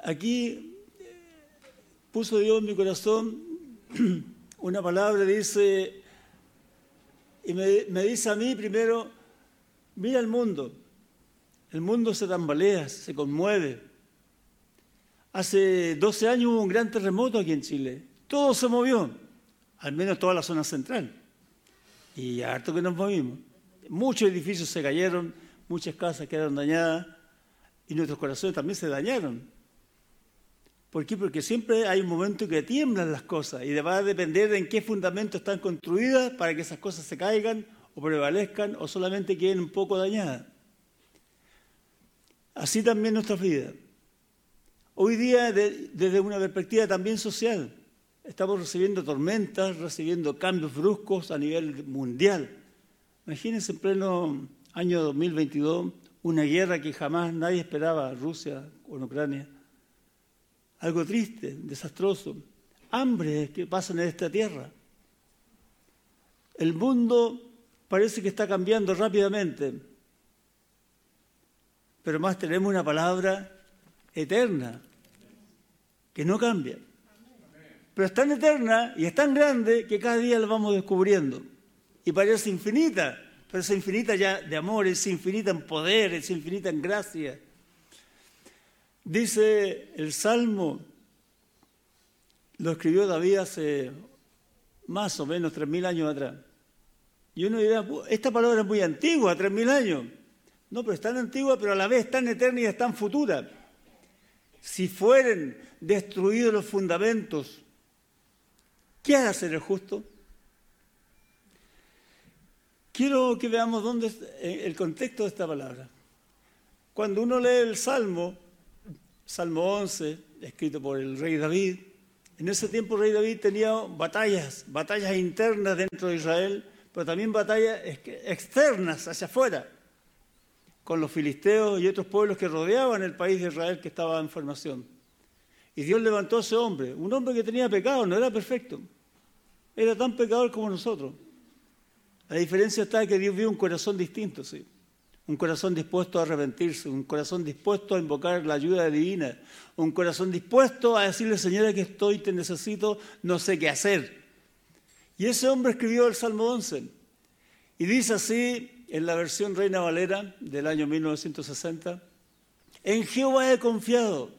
aquí puso Dios en mi corazón una palabra, dice, y me dice a mí primero, mira el mundo se tambalea, se conmueve. Hace 12 años hubo un gran terremoto aquí en Chile, todo se movió, al menos toda la zona central, y harto que nos movimos. Muchos edificios se cayeron, muchas casas quedaron dañadas, y nuestros corazones también se dañaron. ¿Por qué? Porque siempre hay un momento que tiemblan las cosas y va a depender de en qué fundamento están construidas para que esas cosas se caigan o prevalezcan o solamente queden un poco dañadas. Así también nuestra vida. Hoy día, desde una perspectiva también social, estamos recibiendo tormentas, recibiendo cambios bruscos a nivel mundial. Imagínense en pleno año 2022 una guerra que jamás nadie esperaba, Rusia con Ucrania. Algo triste, desastroso. Hambre que pasan en esta tierra. El mundo parece que está cambiando rápidamente, pero más tenemos una palabra eterna que no cambia. Pero es tan eterna y es tan grande que cada día la vamos descubriendo. Y parece infinita, pero es infinita ya de amor, es infinita en poder, es infinita en gracia. Dice el Salmo, lo escribió David hace más o menos 3.000 años atrás. Y uno dirá, esta palabra es muy antigua, 3.000 años. No, pero es tan antigua, pero a la vez tan eterna y es tan futura. Si fueren destruidos los fundamentos, ¿qué ha de hacer el justo? Quiero que veamos dónde es el contexto de esta palabra. Cuando uno lee el Salmo 11, escrito por el rey David, en ese tiempo el rey David tenía batallas internas dentro de Israel, pero también batallas externas hacia afuera, con los filisteos y otros pueblos que rodeaban el país de Israel que estaba en formación. Y Dios levantó a ese hombre, un hombre que tenía pecado, no era perfecto, era tan pecador como nosotros. La diferencia está en que Dios vio un corazón distinto, sí. Un corazón dispuesto a arrepentirse, un corazón dispuesto a invocar la ayuda divina, un corazón dispuesto a decirle, Señora, que estoy, te necesito, no sé qué hacer. Y ese hombre escribió el Salmo 11 y dice así en la versión Reina Valera del año 1960, en Jehová he confiado.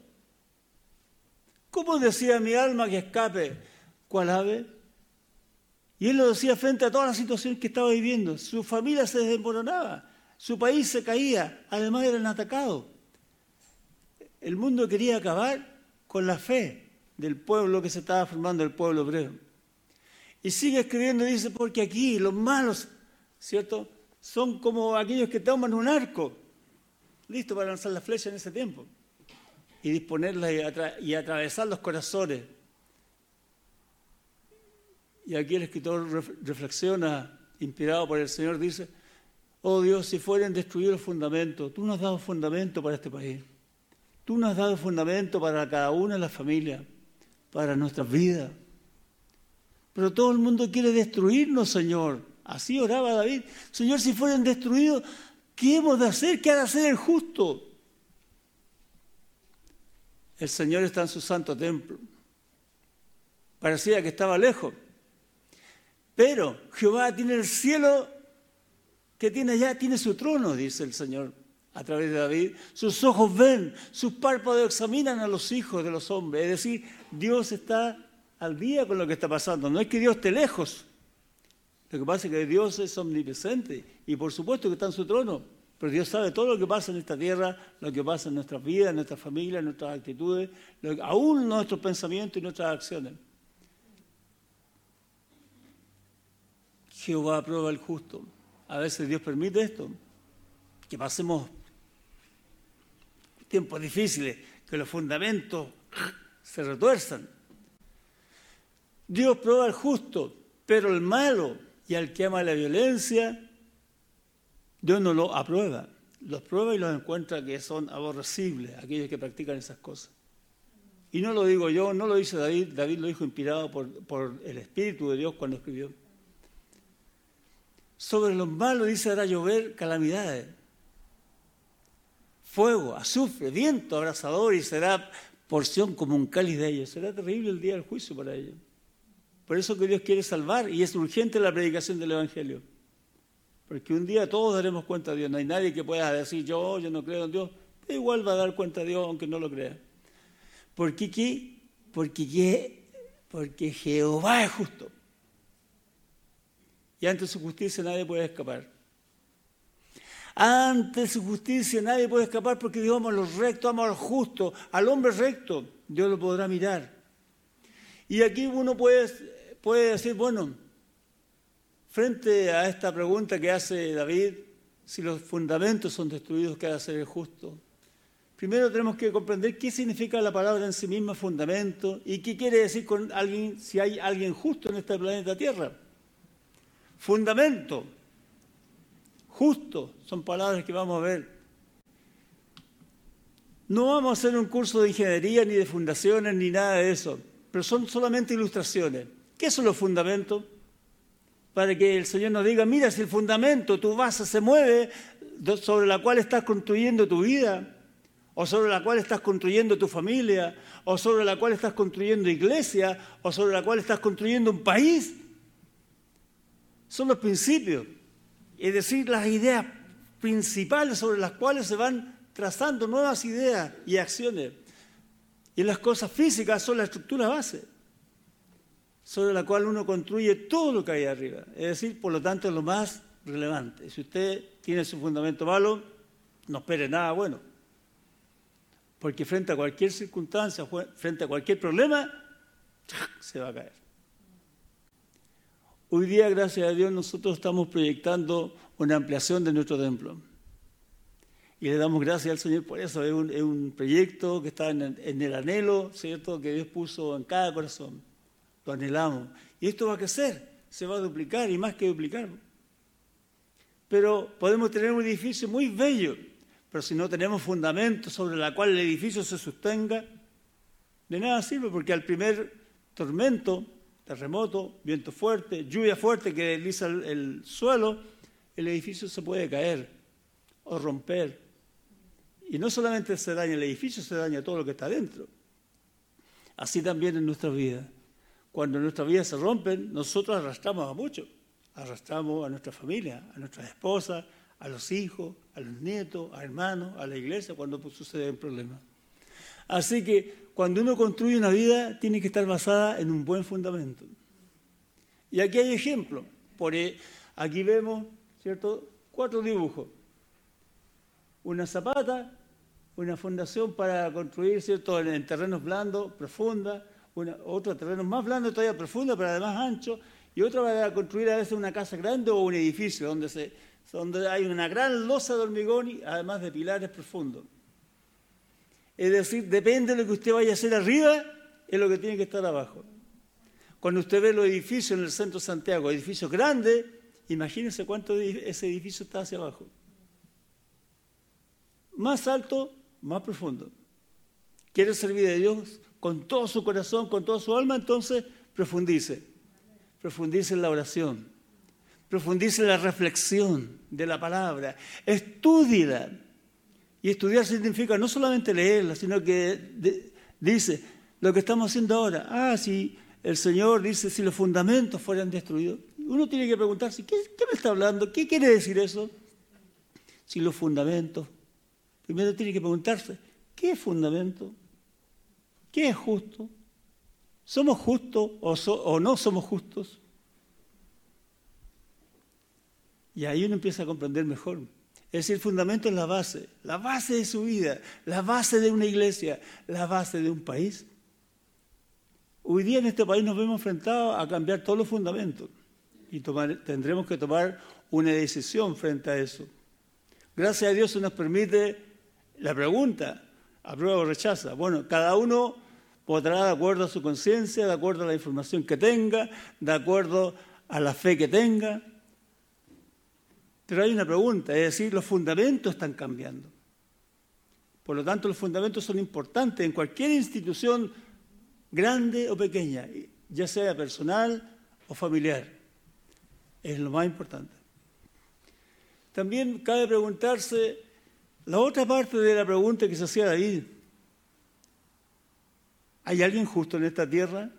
¿Cómo decía mi alma que escape? ¿Cuál ave? Y él lo decía frente a toda la situación que estaba viviendo. Su familia se desmoronaba. Su país se caía, además eran atacados. El mundo quería acabar con la fe del pueblo que se estaba formando, el pueblo hebreo. Y sigue escribiendo y dice, porque aquí los malos, ¿cierto?, son como aquellos que toman un arco, listo para lanzar la flecha en ese tiempo, y disponerla y atravesar los corazones. Y aquí el escritor reflexiona, inspirado por el Señor, dice, oh Dios, si fueren destruidos los fundamentos, tú nos has dado fundamento para este país. Tú nos has dado fundamento para cada una de las familias, para nuestras vidas. Pero todo el mundo quiere destruirnos, Señor. Así oraba David. Señor, si fueren destruidos, ¿qué hemos de hacer? ¿Qué ha de hacer el justo? El Señor está en su santo templo. Parecía que estaba lejos. Pero Jehová tiene el cielo que tiene allá, tiene su trono, dice el Señor a través de David. Sus ojos ven, sus párpados examinan a los hijos de los hombres. Es decir, Dios está al día con lo que está pasando. No es que Dios esté lejos. Lo que pasa es que Dios es omnipresente y por supuesto que está en su trono. Pero Dios sabe todo lo que pasa en esta tierra, lo que pasa en nuestras vidas, en nuestras familias, en nuestras actitudes, aún nuestros pensamientos y nuestras acciones. Jehová aprueba al justo. A veces Dios permite esto, que pasemos tiempos difíciles, que los fundamentos se retuerzan. Dios prueba al justo, pero el malo y al que ama la violencia, Dios no lo aprueba. Los prueba y los encuentra que son aborrecibles, aquellos que practican esas cosas. Y no lo digo yo, no lo dice David, David lo dijo inspirado por el Espíritu de Dios cuando escribió. Sobre los malos, dice, hará llover calamidades, fuego, azufre, viento abrasador y será porción como un cáliz de ellos. Será terrible el día del juicio para ellos. Por eso que Dios quiere salvar y es urgente la predicación del Evangelio. Porque un día todos daremos cuenta a Dios. No hay nadie que pueda decir yo no creo en Dios. Pero igual va a dar cuenta a Dios aunque no lo crea. ¿Por qué? Porque Jehová es justo. Y ante su justicia nadie puede escapar. Ante su justicia nadie puede escapar porque Dios ama a los rectos, ama al justo, al hombre recto. Dios lo podrá mirar. Y aquí uno puede decir, bueno, frente a esta pregunta que hace David, si los fundamentos son destruidos, ¿qué ha de hacer el justo? Primero tenemos que comprender qué significa la palabra en sí misma, fundamento, y qué quiere decir con alguien, si hay alguien justo en este planeta Tierra. Fundamento, justo, son palabras que vamos a ver. No vamos a hacer un curso de ingeniería, ni de fundaciones, ni nada de eso, pero son solamente ilustraciones. ¿Qué son los fundamentos? Para que el Señor nos diga, mira, si el fundamento, tu base se mueve, sobre la cual estás construyendo tu vida, o sobre la cual estás construyendo tu familia, o sobre la cual estás construyendo iglesia, o sobre la cual estás construyendo un país. Son los principios, es decir, las ideas principales sobre las cuales se van trazando nuevas ideas y acciones. Y las cosas físicas son la estructura base, sobre la cual uno construye todo lo que hay arriba. Es decir, por lo tanto, es lo más relevante. Si usted tiene su fundamento malo, no espere nada bueno. Porque frente a cualquier circunstancia, frente a cualquier problema, se va a caer. Hoy día, gracias a Dios, nosotros estamos proyectando una ampliación de nuestro templo. Y le damos gracias al Señor por eso. Es un proyecto que está en el anhelo, ¿cierto?, que Dios puso en cada corazón. Lo anhelamos. Y esto va a crecer, se va a duplicar y más que duplicar. Pero podemos tener un edificio muy bello, pero si no tenemos fundamentos sobre la cual el edificio se sostenga, de nada sirve, porque al primer tormento, terremoto, viento fuerte, lluvia fuerte que desliza el suelo, el edificio se puede caer o romper. Y no solamente se daña el edificio, se daña todo lo que está dentro. Así también en nuestra vida. Cuando nuestras vidas se rompen, nosotros arrastramos a muchos. Arrastramos a nuestra familia, a nuestras esposas, a los hijos, a los nietos, a hermanos, a la iglesia, cuando suceden problemas. Así que cuando uno construye una vida, tiene que estar basada en un buen fundamento. Y aquí hay ejemplos. Aquí vemos, ¿cierto?, 4 dibujos. Una zapata, una fundación para construir, ¿cierto?, en terrenos blandos, profunda, otra terrenos más blandos, todavía profunda, pero además ancho, y otra para construir a veces una casa grande o un edificio donde hay una gran losa de hormigón y además de pilares profundos. Es decir, depende de lo que usted vaya a hacer arriba, es lo que tiene que estar abajo. Cuando usted ve los edificios en el centro de Santiago, edificios grandes, imagínense cuánto ese edificio está hacia abajo. Más alto, más profundo. ¿Quiere servir a Dios con todo su corazón, con toda su alma? Entonces, profundice. Profundice en la oración. Profundice en la reflexión de la palabra. Estúdiela. Y estudiar significa no solamente leerla, sino que dice lo que estamos haciendo ahora. Si el Señor dice, si los fundamentos fueran destruidos, uno tiene que preguntarse, ¿qué me está hablando? ¿Qué quiere decir eso? Si los fundamentos, primero tiene que preguntarse, ¿qué es fundamento? ¿Qué es justo? ¿Somos justos o no somos justos? Y ahí uno empieza a comprender mejor. Es decir, el fundamento es la base de su vida, la base de una iglesia, la base de un país. Hoy día en este país nos vemos enfrentados a cambiar todos los fundamentos y tendremos que tomar una decisión frente a eso. Gracias a Dios se nos permite la pregunta, aprueba o rechaza. Bueno, cada uno votará de acuerdo a su conciencia, de acuerdo a la información que tenga, de acuerdo a la fe que tenga. Pero hay una pregunta, es decir, los fundamentos están cambiando. Por lo tanto, los fundamentos son importantes en cualquier institución grande o pequeña, ya sea personal o familiar. Es lo más importante. También cabe preguntarse la otra parte de la pregunta que se hacía David. ¿Hay alguien justo en esta tierra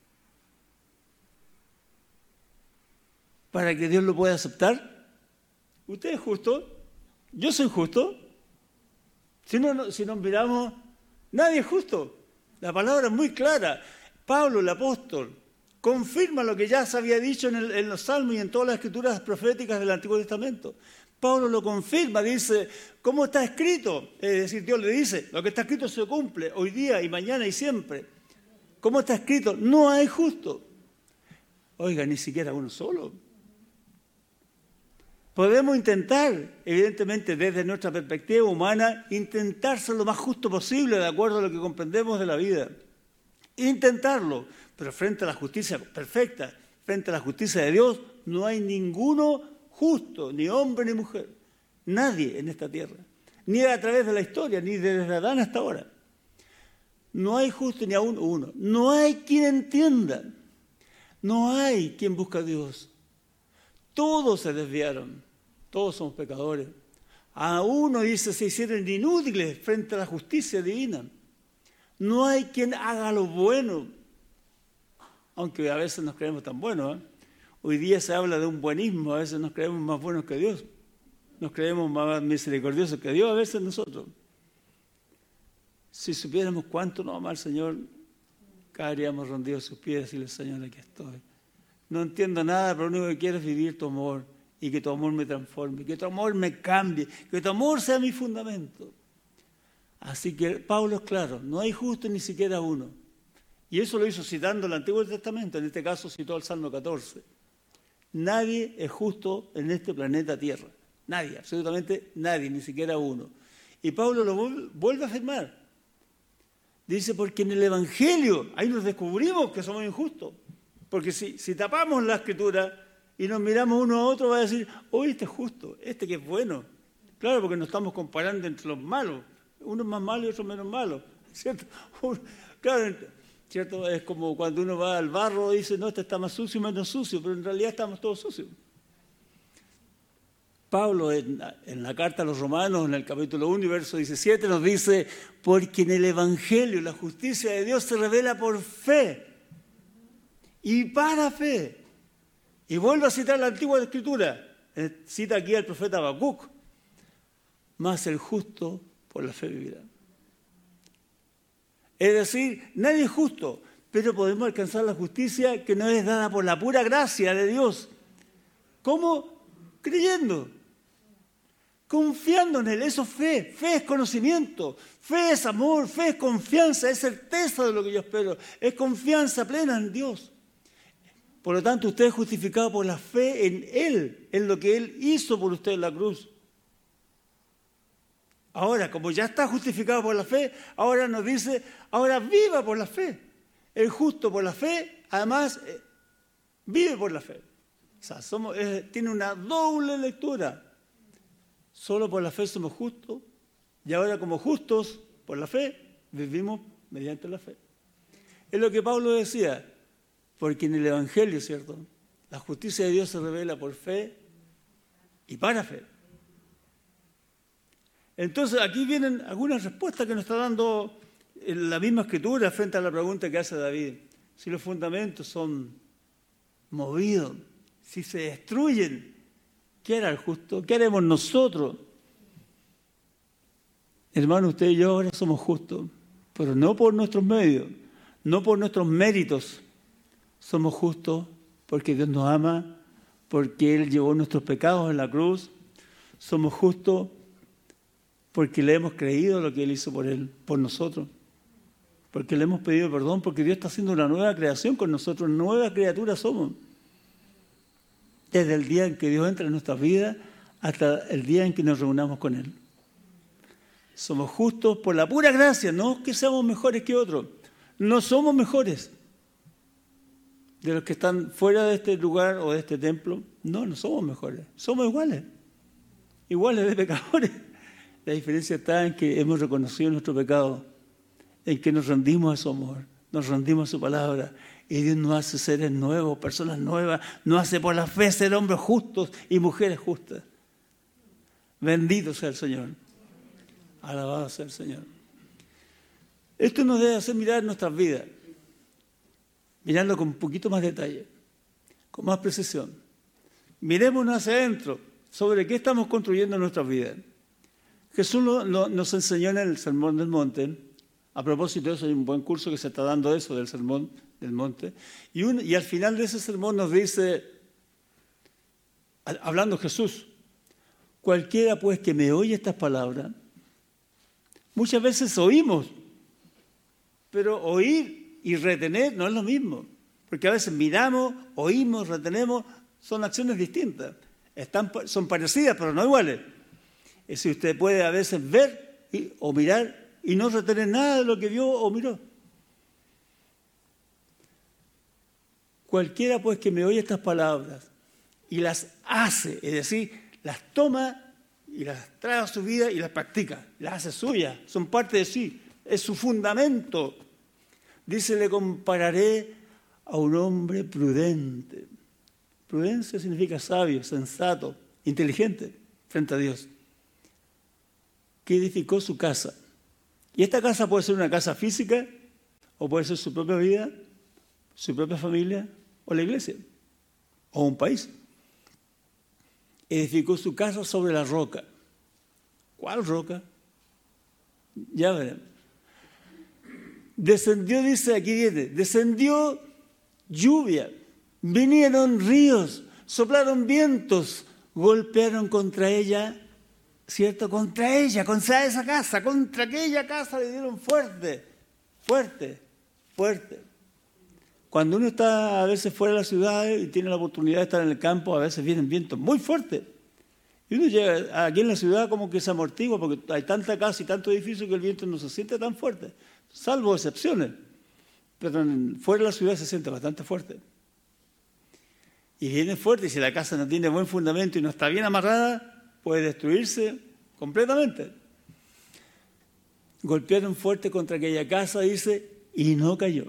para que Dios lo pueda aceptar? ¿Usted es justo? ¿Yo soy justo? Si nos miramos, nadie es justo. La palabra es muy clara. Pablo, el apóstol, confirma lo que ya se había dicho en los Salmos y en todas las escrituras proféticas del Antiguo Testamento. Pablo lo confirma, dice, ¿cómo está escrito? Es decir, Dios le dice, lo que está escrito se cumple hoy día y mañana y siempre. ¿Cómo está escrito? No hay justo. Oiga, ni siquiera uno solo. Podemos intentar, evidentemente desde nuestra perspectiva humana, intentar ser lo más justo posible de acuerdo a lo que comprendemos de la vida. Intentarlo, pero frente a la justicia perfecta, frente a la justicia de Dios, no hay ninguno justo, ni hombre ni mujer, nadie en esta tierra, ni a través de la historia, ni desde Adán hasta ahora. No hay justo ni aún uno, no hay quien entienda, no hay quien busque a Dios. Todos se desviaron, todos somos pecadores. A uno, dice, se hicieron inútiles frente a la justicia divina. No hay quien haga lo bueno, aunque a veces nos creemos tan buenos, ¿eh? Hoy día se habla de un buenismo, a veces nos creemos más buenos que Dios. Nos creemos más misericordiosos que Dios a veces nosotros. Si supiéramos cuánto nos ama el Señor, caeríamos rendidos a sus pies y decirle, Señor, aquí estoy. No entiendo nada, pero lo único que quiero es vivir tu amor y que tu amor me transforme, que tu amor me cambie, que tu amor sea mi fundamento. Así que Pablo es claro, no hay justo ni siquiera uno. Y eso lo hizo citando el Antiguo Testamento, en este caso citó el Salmo 14. Nadie es justo en este planeta Tierra. Nadie, absolutamente nadie, ni siquiera uno. Y Pablo lo vuelve a afirmar. Dice, porque en el Evangelio, ahí nos descubrimos que somos injustos. Porque si tapamos la Escritura y nos miramos uno a otro, va a decir, oh, este es justo, este que es bueno. Claro, porque nos estamos comparando entre los malos. Uno es más malo y otro menos malo. ¿Cierto? Claro, ¿cierto? Es como cuando uno va al barro y dice, no, este está más sucio y menos sucio, pero en realidad estamos todos sucios. Pablo en la carta a los Romanos, en el capítulo 1 y verso 17, nos dice, porque en el Evangelio la justicia de Dios se revela por fe y para fe. Y vuelvo a citar la Antigua Escritura, cita aquí al profeta Habacuc, mas el justo por la fe vivirá. Es decir, nadie es justo, pero podemos alcanzar la justicia que nos es dada por la pura gracia de Dios. ¿Cómo? Creyendo, confiando en Él. Eso es fe. Fe es conocimiento, fe es amor, fe es confianza, es certeza de lo que yo espero, es confianza plena en Dios. Por lo tanto, usted es justificado por la fe en Él, en lo que Él hizo por usted en la cruz. Ahora, como ya está justificado por la fe, ahora nos dice, ahora viva por la fe. El justo por la fe, además, vive por la fe. O sea, tiene una doble lectura. Solo por la fe somos justos, y ahora como justos por la fe, vivimos mediante la fe. Es lo que Pablo decía, porque en el Evangelio, ¿cierto? La justicia de Dios se revela por fe y para fe. Entonces, aquí vienen algunas respuestas que nos está dando la misma Escritura frente a la pregunta que hace David. Si los fundamentos son movidos, si se destruyen, ¿qué hará el justo? ¿Qué haremos nosotros? Hermano, usted y yo ahora somos justos, pero no por nuestros medios, no por nuestros méritos. Somos justos porque Dios nos ama, porque Él llevó nuestros pecados en la cruz. Somos justos porque le hemos creído lo que Él hizo por nosotros. Porque le hemos pedido perdón, porque Dios está haciendo una nueva creación con nosotros, nuevas criaturas somos. Desde el día en que Dios entra en nuestras vidas hasta el día en que nos reunamos con Él. Somos justos por la pura gracia, no que seamos mejores que otros. No somos mejores de los que están fuera de este lugar o de este templo. No somos mejores. Somos iguales de pecadores. La diferencia está en que hemos reconocido nuestro pecado, en que nos rendimos a su amor, nos rendimos a su palabra, y Dios nos hace seres nuevos, personas nuevas, nos hace por la fe ser hombres justos y mujeres justas. Bendito sea el Señor. Alabado sea el Señor. Esto nos debe hacer mirar nuestras vidas, mirarlo con un poquito más detalle, con más precisión. Mirémonos hacia adentro, sobre qué estamos construyendo nuestras vidas. Jesús nos enseñó en el Sermón del Monte. A propósito de eso, hay un buen curso que se está dando eso del Sermón del Monte. Y al final de ese sermón nos dice, hablando Jesús, cualquiera pues que me oye estas palabras, muchas veces oímos, pero oír y retener no es lo mismo. Porque a veces miramos, oímos, retenemos, son acciones distintas. Son parecidas, pero no iguales. Es decir, usted puede a veces ver o mirar y no retener nada de lo que vio o miró. Cualquiera pues que me oye estas palabras y las hace, es decir, las toma y las trae a su vida y las practica, las hace suyas, son parte de sí, es su fundamento. Dice, le compararé a un hombre prudente. Prudencia significa sabio, sensato, inteligente frente a Dios, que edificó su casa. Y esta casa puede ser una casa física, o puede ser su propia vida, su propia familia, o la iglesia, o un país. Edificó su casa sobre la roca. ¿Cuál roca? Ya veremos. Descendió, dice, aquí viene, descendió lluvia, vinieron ríos, soplaron vientos, golpearon contra ella, ¿cierto? Contra ella, contra esa casa, contra aquella casa le dieron fuerte, fuerte, fuerte. Cuando uno está a veces fuera de la ciudad y tiene la oportunidad de estar en el campo, a veces vienen vientos muy fuertes. Y uno llega aquí en la ciudad como que se amortigua porque hay tanta casa y tanto edificio que el viento no se siente tan fuerte, salvo excepciones. Pero fuera de la ciudad se siente bastante fuerte. Y viene fuerte, y si la casa no tiene buen fundamento y no está bien amarrada, puede destruirse completamente. Golpearon fuerte contra aquella casa, dice, y no cayó.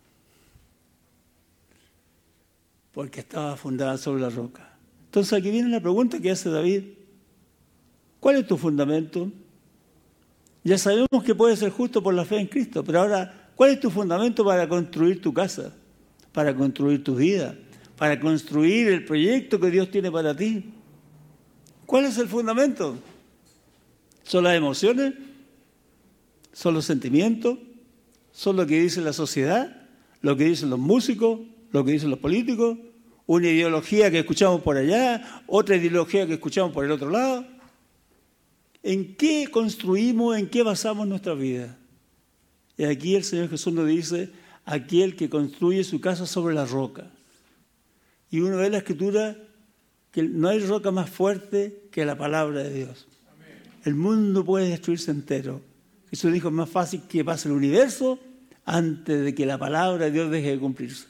Porque estaba fundada sobre la roca. Entonces aquí viene la pregunta que hace David. ¿Cuál es tu fundamento? Ya sabemos que puedes ser justo por la fe en Cristo, pero ahora, ¿cuál es tu fundamento para construir tu casa? Para construir tu vida, para construir el proyecto que Dios tiene para ti. ¿Cuál es el fundamento? ¿Son las emociones? ¿Son los sentimientos? ¿Son lo que dice la sociedad? ¿Lo que dicen los músicos? ¿Lo que dicen los políticos? ¿Una ideología que escuchamos por allá? ¿Otra ideología que escuchamos por el otro lado? ¿En qué construimos, en qué basamos nuestra vida? Y aquí el Señor Jesús nos dice, aquel que construye su casa sobre la roca. Y uno ve en la Escritura que no hay roca más fuerte que la palabra de Dios. Amén. El mundo puede destruirse entero. Jesús dijo, es más fácil que pase el universo antes de que la palabra de Dios deje de cumplirse.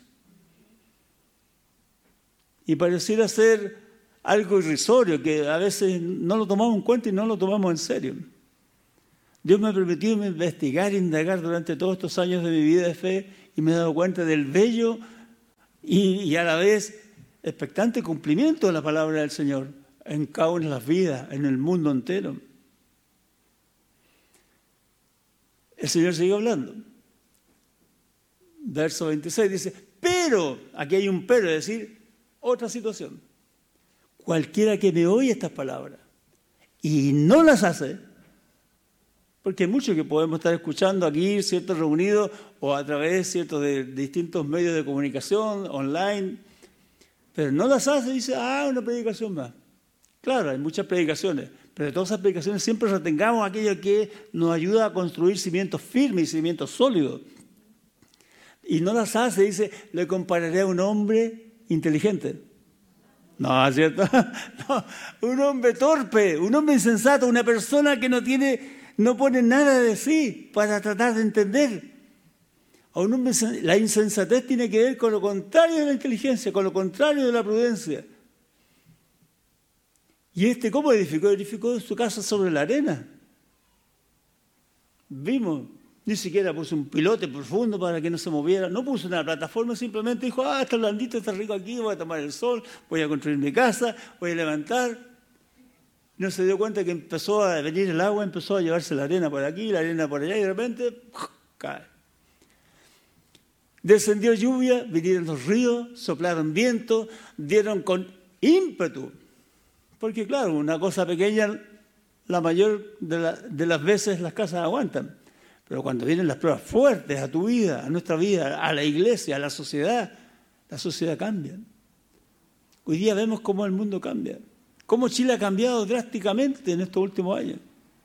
Y pareciera ser algo irrisorio, que a veces no lo tomamos en cuenta y no lo tomamos en serio. Dios me ha permitido investigar e indagar durante todos estos años de mi vida de fe y me he dado cuenta del bello y a la vez expectante cumplimiento de la palabra del Señor en cada una de las vidas, en el mundo entero. El Señor sigue hablando. Verso 26 dice, pero, aquí hay un pero, es decir, otra situación. Cualquiera que me oye estas palabras y no las hace, porque hay muchos que podemos estar escuchando aquí, ¿cierto?, reunidos o a través, ¿cierto?, de distintos medios de comunicación, online, pero no las hace y dice, una predicación más. Claro, hay muchas predicaciones, pero de todas esas predicaciones siempre retengamos aquello que nos ayuda a construir cimientos firmes y cimientos sólidos. Y no las hace, dice, le compararé a un hombre inteligente. No, ¿cierto? No, un hombre torpe, un hombre insensato, una persona que no pone nada de sí para tratar de entender. A un hombre, la insensatez tiene que ver con lo contrario de la inteligencia, con lo contrario de la prudencia. ¿Y cómo edificó? Edificó su casa sobre la arena. Vimos. Ni siquiera puso un pilote profundo para que no se moviera. No puso una plataforma, simplemente dijo, está blandito, está rico aquí, voy a tomar el sol, voy a construir mi casa, voy a levantar. No se dio cuenta que empezó a venir el agua, empezó a llevarse la arena por aquí, la arena por allá, y de repente cae. Descendió lluvia, vinieron los ríos, soplaron vientos, dieron con ímpetu. Porque claro, una cosa pequeña, la mayor de las veces las casas aguantan. Pero cuando vienen las pruebas fuertes a tu vida, a nuestra vida, a la iglesia, a la sociedad cambia. Hoy día vemos cómo el mundo cambia, cómo Chile ha cambiado drásticamente en estos últimos años.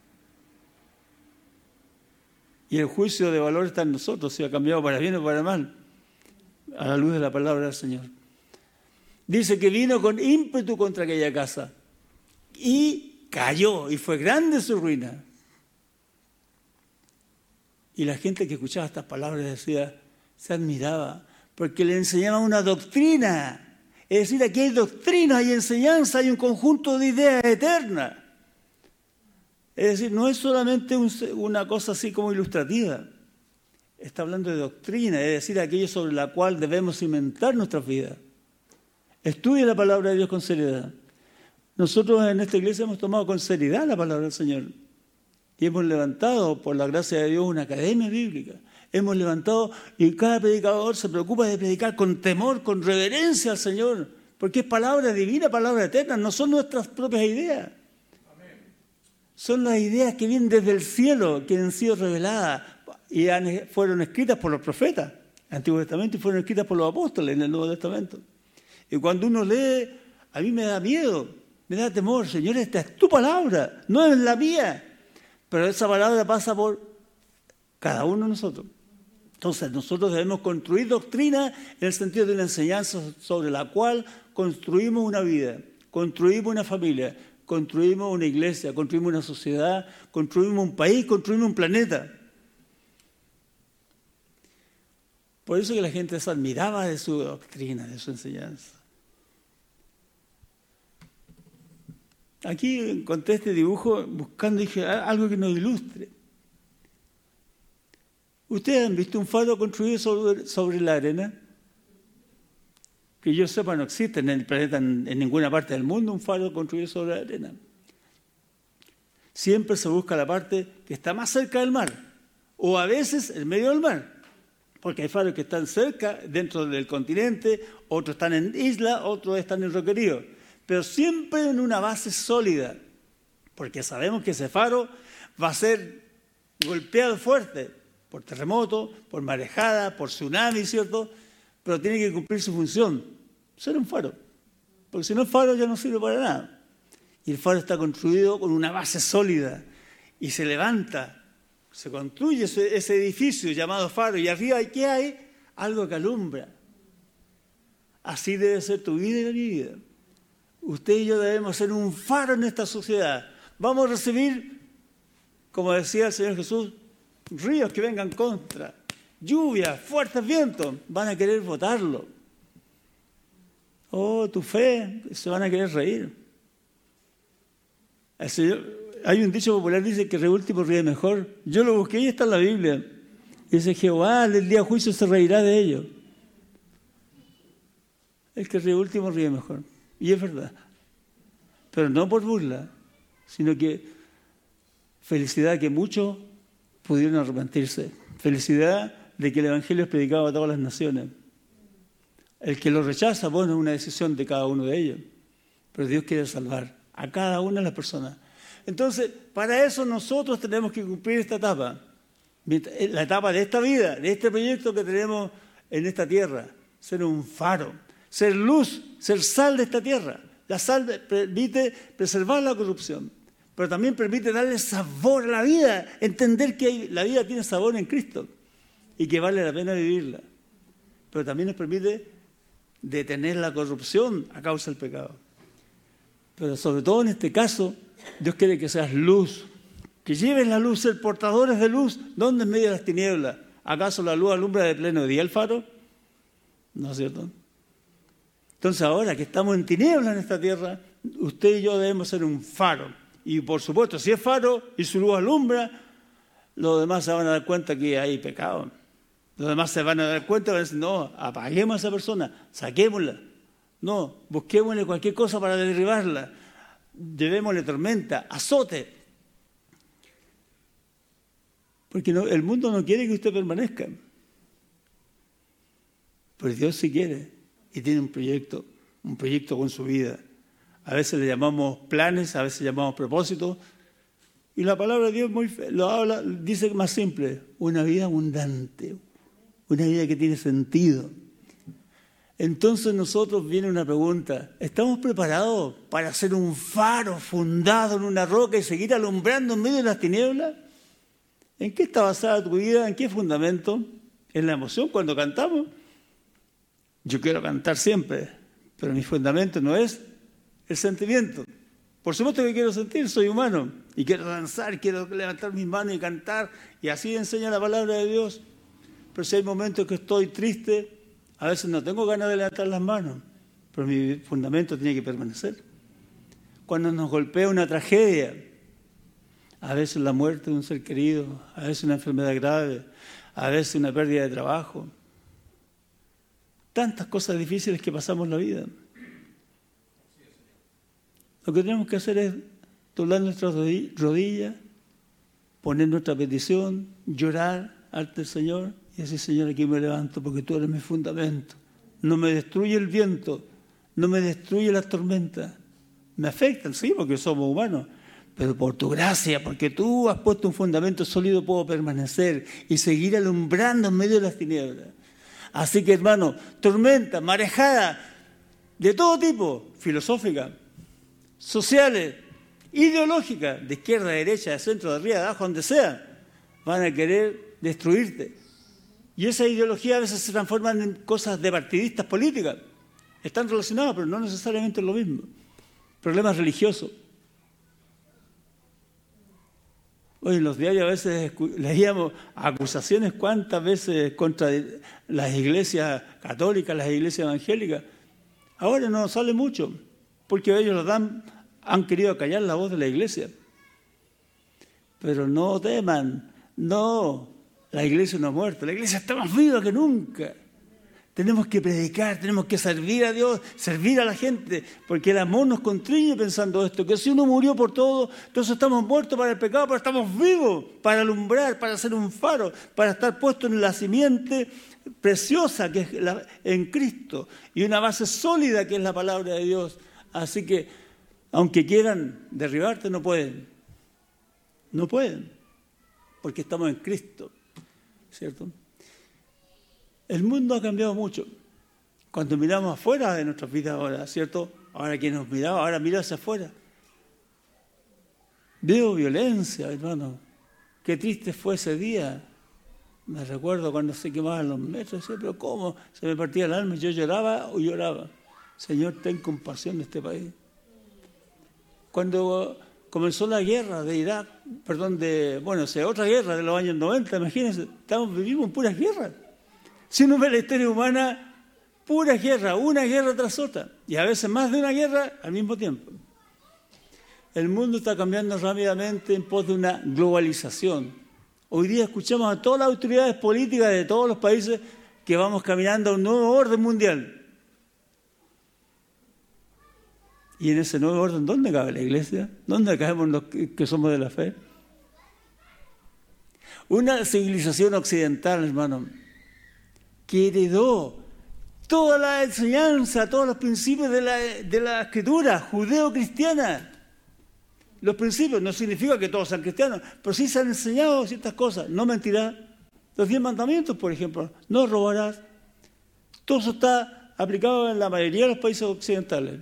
Y el juicio de valor está en nosotros, si ha cambiado para bien o para mal, a la luz de la palabra del Señor. Dice que vino con ímpetu contra aquella casa y cayó, y fue grande su ruina. Y la gente que escuchaba estas palabras decía, se admiraba, porque le enseñaban una doctrina. Es decir, aquí hay doctrina, hay enseñanza, hay un conjunto de ideas eternas. Es decir, no es solamente una cosa así como ilustrativa. Está hablando de doctrina, es decir, aquello sobre la cual debemos cimentar nuestras vidas. Estudie la palabra de Dios con seriedad. Nosotros en esta iglesia hemos tomado con seriedad la palabra del Señor. Y hemos levantado, por la gracia de Dios, una academia bíblica. Hemos levantado, y cada predicador se preocupa de predicar con temor, con reverencia al Señor, porque es palabra divina, palabra eterna, no son nuestras propias ideas. Son las ideas que vienen desde el cielo, que han sido reveladas y fueron escritas por los profetas en el Antiguo Testamento y fueron escritas por los apóstoles en el Nuevo Testamento. Y cuando uno lee, a mí me da miedo, me da temor. Señor, esta es tu palabra, no es la mía. Pero esa palabra pasa por cada uno de nosotros. Entonces, nosotros debemos construir doctrina en el sentido de una enseñanza sobre la cual construimos una vida, construimos una familia, construimos una iglesia, construimos una sociedad, construimos un país, construimos un planeta. Por eso que la gente se admiraba de su doctrina, de su enseñanza. Aquí encontré este dibujo buscando, dije, algo que nos ilustre. ¿Ustedes han visto un faro construido sobre la arena? Que yo sepa, no existe en el planeta, en ninguna parte del mundo, un faro construido sobre la arena. Siempre se busca la parte que está más cerca del mar, o a veces en medio del mar, porque hay faros que están cerca, dentro del continente, otros están en isla, otros están en roquerío, pero siempre en una base sólida, porque sabemos que ese faro va a ser golpeado fuerte por terremoto, por marejada, por tsunami, ¿cierto? Pero tiene que cumplir su función, ser un faro, porque si no el faro ya no sirve para nada. Y el faro está construido con una base sólida y se levanta, se construye ese edificio llamado faro y arriba, ¿qué hay? Algo que alumbra. Así debe ser tu vida y la mi vida. Usted y yo debemos ser un faro en esta sociedad. Vamos a recibir, como decía el Señor Jesús, ríos que vengan contra, lluvia, fuertes vientos, van a querer botarlo. Oh, tu fe, se van a querer reír. El Señor, hay un dicho popular que dice que el último ríe mejor. Yo lo busqué y está en la Biblia. Dice, Jehová el día de juicio se reirá de ellos. El que ríe último ríe mejor. Y es verdad. Pero no por burla, sino que felicidad que muchos pudieron arrepentirse. Felicidad de que el Evangelio es predicado a todas las naciones. El que lo rechaza, bueno, es una decisión de cada uno de ellos. Pero Dios quiere salvar a cada una de las personas. Entonces, para eso nosotros tenemos que cumplir esta etapa. La etapa de esta vida, de este proyecto que tenemos en esta tierra. Ser un faro, ser luz, ser sal de esta tierra. La sal permite preservar la corrupción, pero también permite darle sabor a la vida, entender que la vida tiene sabor en Cristo y que vale la pena vivirla. Pero también nos permite detener la corrupción a causa del pecado. Pero sobre todo en este caso, Dios quiere que seas luz, que lleves la luz, ser portadores de luz. ¿Dónde en medio de las tinieblas? ¿Acaso la luz alumbra de pleno día el faro? ¿No es cierto? Entonces ahora que estamos en tinieblas en esta tierra, usted y yo debemos ser un faro. Y por supuesto, si es faro y su luz alumbra, los demás se van a dar cuenta que hay pecado. Los demás se van a dar cuenta y van a decir, no, apaguemos a esa persona, saquémosla. No, busquémosle cualquier cosa para derribarla. Llevémosle tormenta, azote. Porque el mundo no quiere que usted permanezca. Pero Dios sí quiere y tiene un proyecto con su vida. A veces le llamamos planes, a veces le llamamos propósitos. Y la palabra de Dios dice más simple, una vida abundante, una vida que tiene sentido. Entonces nosotros viene una pregunta, ¿estamos preparados para ser un faro fundado en una roca y seguir alumbrando en medio de las tinieblas? ¿En qué está basada tu vida? ¿En qué fundamento? ¿En la emoción cuando cantamos? Yo quiero cantar siempre, pero mi fundamento no es el sentimiento. Por supuesto que quiero sentir, soy humano, y quiero danzar, quiero levantar mis manos y cantar, y así enseña la palabra de Dios. Pero si hay momentos que estoy triste, a veces no tengo ganas de levantar las manos, pero mi fundamento tiene que permanecer. Cuando nos golpea una tragedia, a veces la muerte de un ser querido, a veces una enfermedad grave, a veces una pérdida de trabajo, tantas cosas difíciles que pasamos en la vida. Lo que tenemos que hacer es doblar nuestras rodillas, poner nuestra petición, llorar ante el Señor y decir, Señor, aquí me levanto porque tú eres mi fundamento. No me destruye el viento, no me destruye las tormentas. Me afectan, sí, porque somos humanos, pero por tu gracia, porque tú has puesto un fundamento sólido, puedo permanecer y seguir alumbrando en medio de las tinieblas. Así que, hermano, tormenta, marejada, de todo tipo, filosófica, sociales, ideológicas, de izquierda a derecha, de centro, de arriba, de abajo, donde sea, van a querer destruirte. Y esa ideología a veces se transforman en cosas de partidistas políticas. Están relacionadas, pero no necesariamente es lo mismo. Problemas religiosos. Hoy en los diarios a veces leíamos acusaciones cuántas veces contra las iglesias católicas, las iglesias evangélicas. Ahora no sale mucho, porque ellos han querido callar la voz de la iglesia. Pero no teman, no, la iglesia no ha muerto, la iglesia está más viva que nunca. Tenemos que predicar, tenemos que servir a Dios, servir a la gente, porque el amor nos constriñe pensando esto, que si uno murió por todo, entonces estamos muertos para el pecado, pero estamos vivos para alumbrar, para ser un faro, para estar puestos en la simiente preciosa que es en Cristo y una base sólida que es la palabra de Dios. Así que, aunque quieran derribarte, no pueden. No pueden, porque estamos en Cristo, ¿cierto? El mundo ha cambiado mucho. Cuando miramos afuera de nuestras vidas ahora, ¿cierto? Ahora quien nos miraba, ahora mira hacia afuera. Veo violencia, hermano. Qué triste fue ese día. Me recuerdo cuando se quemaban los metros, decía, pero ¿cómo? Se me partía el alma y yo lloraba o lloraba. Señor, ten compasión de este país. Cuando comenzó la guerra de Irak, otra guerra de los años 90, imagínense, vivimos en puras guerras. Si uno ve la historia humana, pura guerra, una guerra tras otra, y a veces más de una guerra al mismo tiempo. El mundo está cambiando rápidamente en pos de una globalización. Hoy día escuchamos a todas las autoridades políticas de todos los países que vamos caminando a un nuevo orden mundial. Y en ese nuevo orden, ¿dónde cabe la iglesia? ¿Dónde cabemos los que somos de la fe? Una civilización occidental, hermano, que heredó toda la enseñanza, todos los principios de la escritura judeo-cristiana. Los principios no significa que todos sean cristianos, pero sí se han enseñado ciertas cosas. No mentirás. Los 10 mandamientos, por ejemplo, no robarás. Todo eso está aplicado en la mayoría de los países occidentales.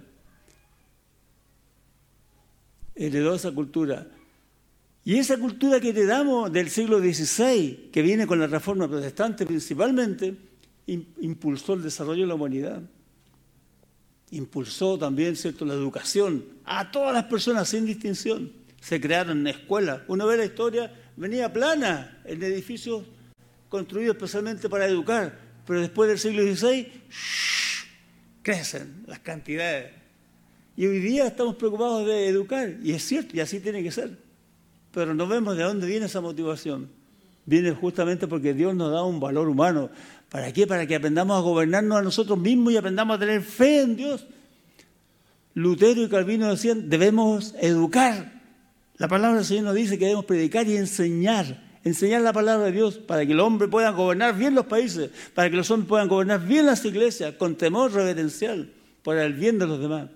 Heredó esa cultura. Y esa cultura que heredamos del siglo XVI, que viene con la Reforma Protestante principalmente, impulsó el desarrollo de la humanidad. Impulsó también, ¿cierto?, la educación a todas las personas sin distinción. Se crearon escuelas. Uno ve la historia, venía plana en edificios construidos especialmente para educar, pero después del siglo XVI crecen las cantidades. Y hoy día estamos preocupados de educar, y es cierto, y así tiene que ser. Pero no vemos de dónde viene esa motivación. Viene justamente porque Dios nos da un valor humano. ¿Para qué? Para que aprendamos a gobernarnos a nosotros mismos y aprendamos a tener fe en Dios. Lutero y Calvino decían, debemos educar. La palabra del Señor nos dice que debemos predicar y enseñar enseñar la palabra de Dios para que el hombre pueda gobernar bien los países, para que los hombres puedan gobernar bien las iglesias, con temor reverencial, para el bien de los demás.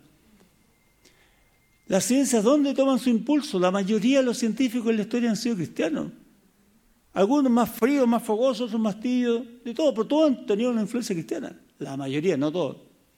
Las ciencias, ¿dónde toman su impulso? La mayoría de los científicos en la historia han sido cristianos. Algunos más fríos, más fogosos, otros más tibios, de todo, pero todos han tenido una influencia cristiana. La mayoría, no todos.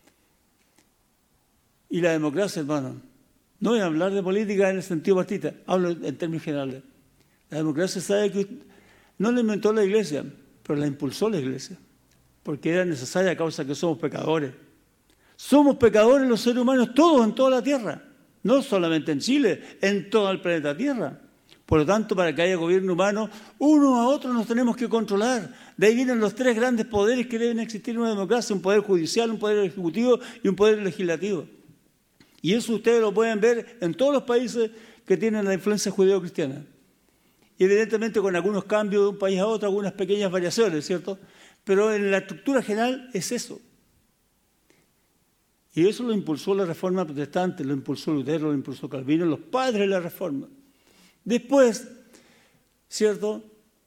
Y la democracia, hermano, no voy a hablar de política en el sentido partidista, hablo en términos generales. La democracia sabe que no la inventó la iglesia, pero la impulsó la iglesia, porque era necesaria a causa de que somos pecadores. Somos pecadores los seres humanos, todos en toda la tierra, no solamente en Chile, en todo el planeta Tierra. Por lo tanto, para que haya gobierno humano, uno a otro nos tenemos que controlar. De ahí vienen los tres grandes poderes que deben existir en una democracia: un poder judicial, un poder ejecutivo y un poder legislativo. Y eso ustedes lo pueden ver en todos los países que tienen la influencia judeo-cristiana. Y evidentemente con algunos cambios de un país a otro, algunas pequeñas variaciones, ¿cierto? Pero en la estructura general es eso. Y eso lo impulsó la Reforma Protestante, lo impulsó Lutero, lo impulsó Calvino, los padres de la Reforma. Después, ¿cierto?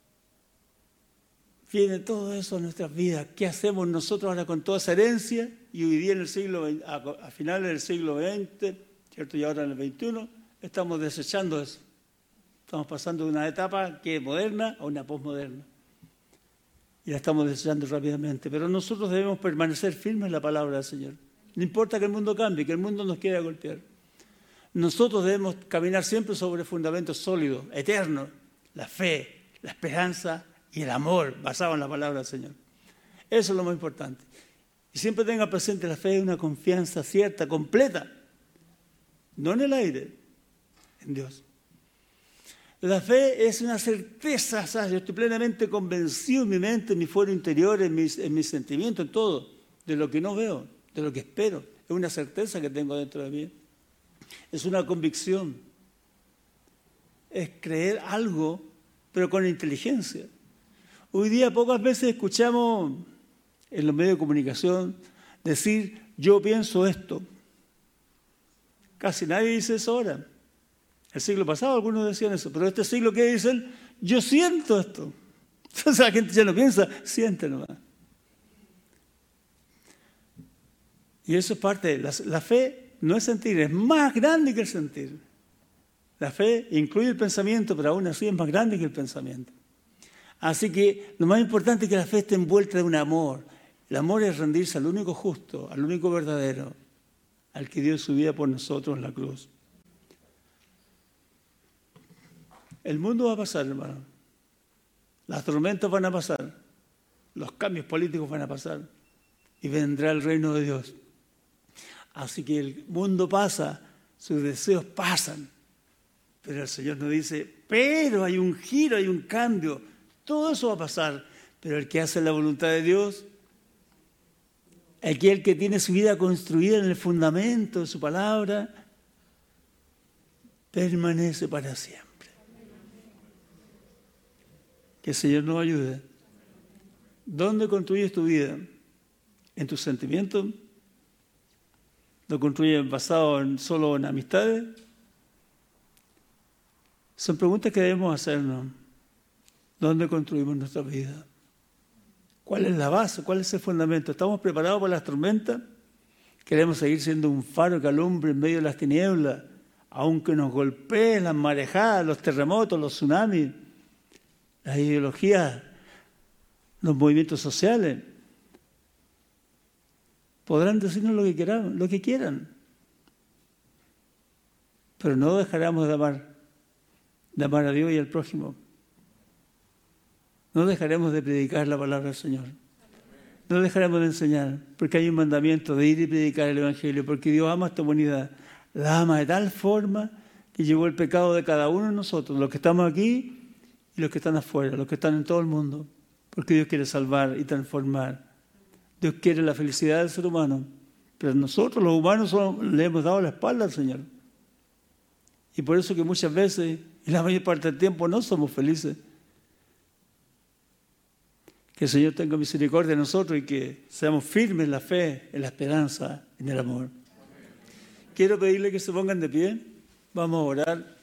Viene todo eso a nuestras vidas. ¿Qué hacemos nosotros ahora con toda esa herencia? Y hoy día a finales del siglo XX, ¿cierto? Y ahora en el XXI, estamos desechando eso. Estamos pasando de una etapa que es moderna a una posmoderna. Y la estamos desechando rápidamente. Pero nosotros debemos permanecer firmes en la palabra del Señor. No importa que el mundo cambie, que el mundo nos quiera golpear. Nosotros debemos caminar siempre sobre fundamentos sólidos, eternos, la fe, la esperanza y el amor basado en la palabra del Señor. Eso es lo más importante. Y siempre tenga presente la fe, una confianza cierta, completa, no en el aire, en Dios. La fe es una certeza, ¿sabes? Yo estoy plenamente convencido en mi mente, en mi fuero interior, en mis sentimientos, en todo, de lo que no veo, de lo que espero. Es una certeza que tengo dentro de mí. Es una convicción. Es creer algo, pero con inteligencia. Hoy día pocas veces escuchamos en los medios de comunicación decir, yo pienso esto. Casi nadie dice eso ahora. El siglo pasado algunos decían eso, pero este siglo, ¿qué dicen? Yo siento esto. Entonces la gente ya no piensa, siente nomás. Y eso es parte de la fe, no es sentir, es más grande que el sentir. La fe incluye el pensamiento, pero aún así es más grande que el pensamiento. Así que lo más importante es que la fe esté envuelta de un amor. El amor es rendirse al único justo, al único verdadero, al que dio su vida por nosotros en la cruz. El mundo va a pasar, hermano. Las tormentas van a pasar. Los cambios políticos van a pasar. Y vendrá el reino de Dios. Así que el mundo pasa, sus deseos pasan. Pero el Señor nos dice, pero hay un giro, hay un cambio. Todo eso va a pasar. Pero el que hace la voluntad de Dios, aquel que tiene su vida construida en el fundamento de su palabra, permanece para siempre. Que el Señor nos ayude. ¿Dónde construyes tu vida? ¿En tus sentimientos? ¿Lo construyes basado solo en amistades? Son preguntas que debemos hacernos. ¿Dónde construimos nuestra vida? ¿Cuál es la base? ¿Cuál es el fundamento? ¿Estamos preparados para las tormentas? ¿Queremos seguir siendo un faro que alumbre en medio de las tinieblas, aunque nos golpeen las marejadas, los terremotos, los tsunamis, las ideologías, los movimientos sociales? Podrán decirnos lo que quieran, pero no dejaremos de amar a Dios y al prójimo. No dejaremos de predicar la palabra del Señor. No dejaremos de enseñar, porque hay un mandamiento de ir y predicar el Evangelio, porque Dios ama a esta humanidad. La ama de tal forma que llevó el pecado de cada uno de nosotros, los que estamos aquí y los que están afuera, los que están en todo el mundo, porque Dios quiere salvar y transformar. Dios quiere la felicidad del ser humano, pero nosotros los humanos le hemos dado la espalda al Señor. Y por eso que muchas veces, y la mayor parte del tiempo, no somos felices. Que el Señor tenga misericordia de nosotros y que seamos firmes en la fe, en la esperanza, en el amor. Quiero pedirle que se pongan de pie. Vamos a orar.